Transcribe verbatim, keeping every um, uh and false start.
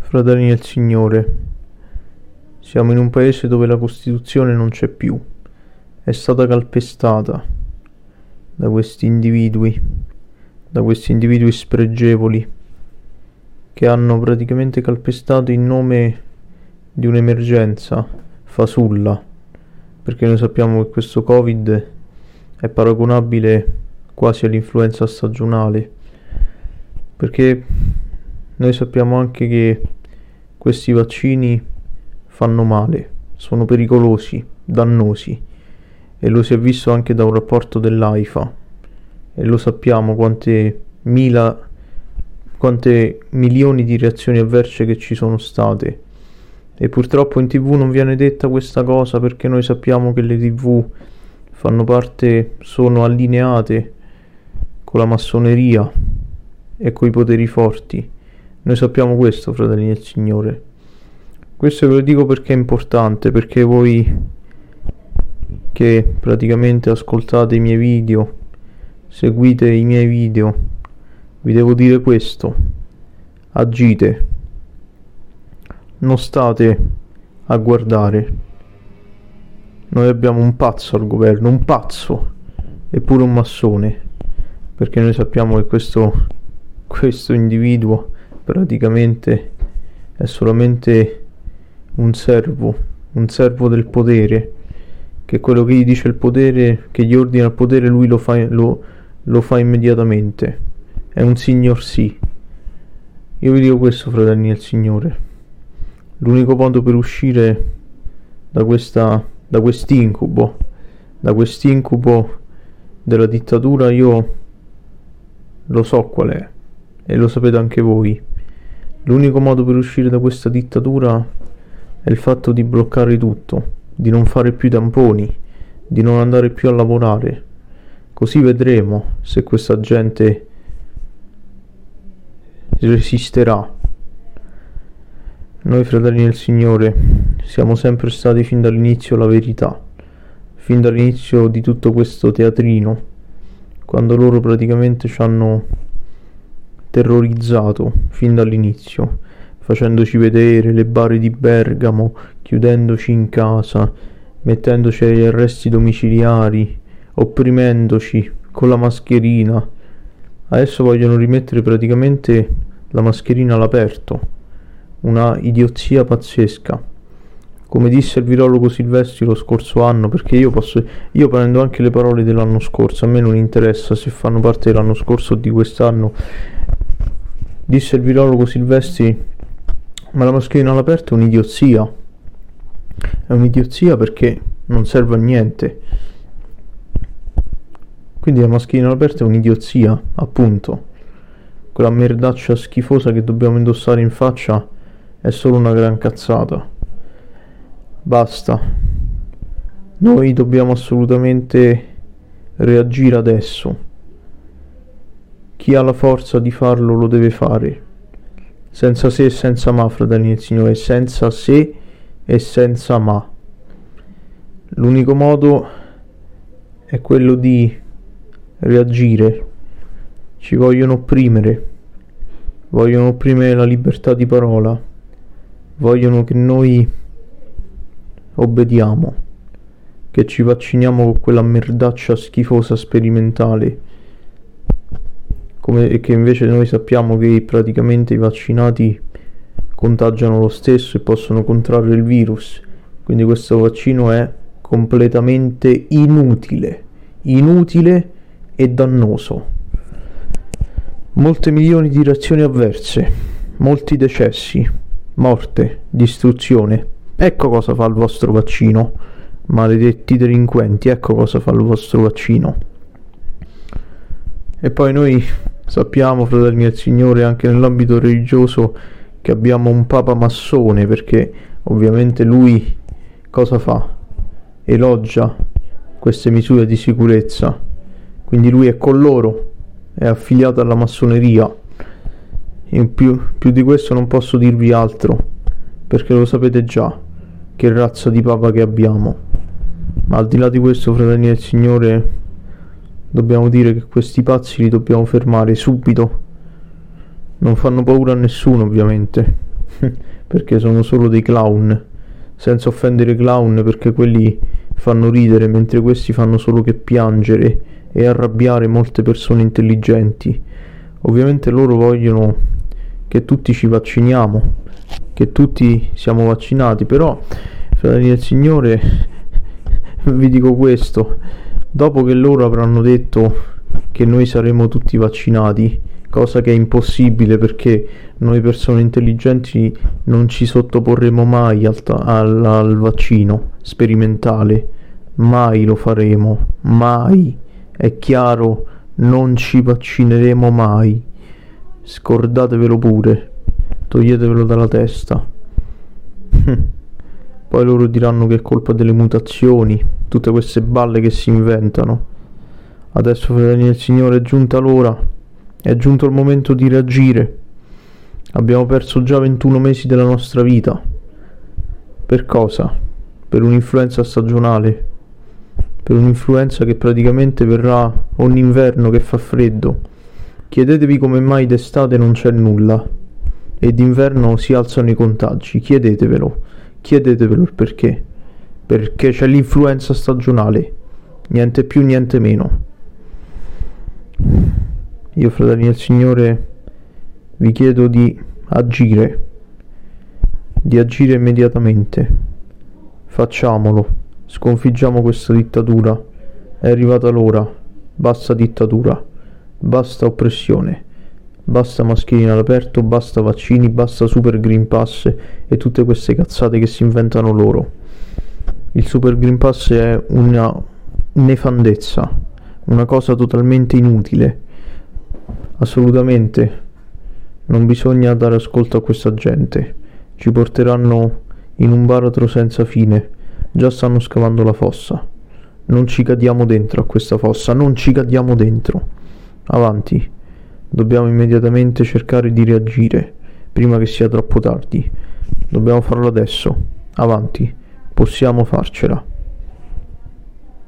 Fratelli del Signore, siamo in un paese dove la Costituzione non c'è più, è stata calpestata da questi individui, da questi individui spregevoli che hanno praticamente calpestato in nome di un'emergenza fasulla, perché noi sappiamo che questo Covid è paragonabile quasi all'influenza stagionale, perché noi sappiamo anche che questi vaccini fanno male, sono pericolosi, dannosi, e lo si è visto anche da un rapporto dell'AIFA, e lo sappiamo quante mila, quante milioni di reazioni avverse che ci sono state. E purtroppo in tv non viene detta questa cosa, perché noi sappiamo che le tv fanno parte, sono allineate con la massoneria e coi poteri forti. Noi sappiamo questo, fratelli del Signore. Questo ve lo dico perché è importante, perché voi che praticamente ascoltate i miei video, seguite i miei video, vi devo dire questo: agite, non state a guardare. Noi abbiamo un pazzo al governo, un pazzo, eppure un massone, perché noi sappiamo che questo, questo individuo praticamente è solamente un servo, un servo del potere, che quello che gli dice il potere, che gli ordina il potere, lui lo fa, lo, lo fa immediatamente. È un signor sì. Io vi dico questo, fratelli del Signore: l'unico modo per uscire da questa, da quest'incubo, da quest'incubo della dittatura, io lo so qual è, e lo sapete anche voi. L'unico modo per uscire da questa dittatura è il fatto di bloccare tutto, di non fare più tamponi, di non andare più a lavorare. Così vedremo se questa gente resisterà. Noi, fratelli del Signore, siamo sempre stati fin dall'inizio la verità, fin dall'inizio di tutto questo teatrino, quando loro praticamente ci hanno terrorizzato fin dall'inizio, facendoci vedere le bare di Bergamo, chiudendoci in casa, mettendoci agli arresti domiciliari, opprimendoci con la mascherina. Adesso vogliono rimettere praticamente la mascherina all'aperto, una idiozia pazzesca. Come disse il virologo Silvestri lo scorso anno, perché io posso, io prendo anche le parole dell'anno scorso, a me non interessa se fanno parte dell'anno scorso o di quest'anno. Disse il virologo Silvestri: ma la mascherina all'aperto è un'idiozia, è un'idiozia perché non serve a niente. Quindi la mascherina all'aperto è un'idiozia, appunto. Quella merdaccia schifosa che dobbiamo indossare in faccia è solo una gran cazzata. Basta. Noi dobbiamo assolutamente reagire adesso. Chi ha la forza di farlo lo deve fare, senza se e senza ma, fratelli del Signore, senza se e senza ma. L'unico modo è quello di reagire. Ci vogliono opprimere, vogliono opprimere la libertà di parola, vogliono che noi obbediamo, che ci vacciniamo con quella merdaccia schifosa sperimentale, come che invece noi sappiamo che praticamente i vaccinati contagiano lo stesso e possono contrarre il virus. Quindi questo vaccino è completamente inutile, inutile e dannoso. Molte milioni di reazioni avverse, molti decessi, morte, distruzione. Ecco cosa fa il vostro vaccino, maledetti delinquenti, ecco cosa fa il vostro vaccino. E poi noi sappiamo, fratelli del Signore, anche nell'ambito religioso, che abbiamo un papa massone, perché ovviamente lui cosa fa? Elogia queste misure di sicurezza, quindi lui è con loro, è affiliato alla massoneria. In più, più di questo non posso dirvi altro, perché lo sapete già che razza di papa che abbiamo. Ma al di là di questo, fratelli del Signore, dobbiamo dire che questi pazzi li dobbiamo fermare subito. Non fanno paura a nessuno, ovviamente, perché sono solo dei clown, senza offendere i clown perché quelli fanno ridere, mentre questi fanno solo che piangere e arrabbiare molte persone intelligenti. Ovviamente loro vogliono che tutti ci vacciniamo, che tutti siamo vaccinati, però, fratelli del Signore, vi dico questo: dopo che loro avranno detto che noi saremo tutti vaccinati, cosa che è impossibile perché noi persone intelligenti non ci sottoporremo mai al, al, al vaccino sperimentale, mai lo faremo, mai, è chiaro, non ci vaccineremo mai, scordatevelo pure, toglietevelo dalla testa. Poi loro diranno che è colpa delle mutazioni, tutte queste balle che si inventano. Adesso, fratelli del Signore, è giunta l'ora, è giunto il momento di reagire. Abbiamo perso già ventuno mesi della nostra vita. Per cosa? Per un'influenza stagionale, per un'influenza che praticamente verrà ogni inverno che fa freddo. Chiedetevi come mai d'estate non c'è nulla e d'inverno si alzano i contagi, chiedetevelo, chiedetevelo il perché. Perché c'è l'influenza stagionale, niente più, niente meno. Io, fratelli del Signore, vi chiedo di agire, di agire immediatamente. Facciamolo, sconfiggiamo questa dittatura. È arrivata l'ora, basta dittatura, basta oppressione, basta mascherine all'aperto, basta vaccini, basta Super Green Pass e tutte queste cazzate che si inventano loro. Il Super Green Pass è una nefandezza, una cosa totalmente inutile. Assolutamente non bisogna dare ascolto a questa gente, ci porteranno in un baratro senza fine. Già stanno scavando la fossa, non ci cadiamo dentro a questa fossa, non ci cadiamo dentro. Avanti, dobbiamo immediatamente cercare di reagire prima che sia troppo tardi, dobbiamo farlo adesso. Avanti, possiamo farcela.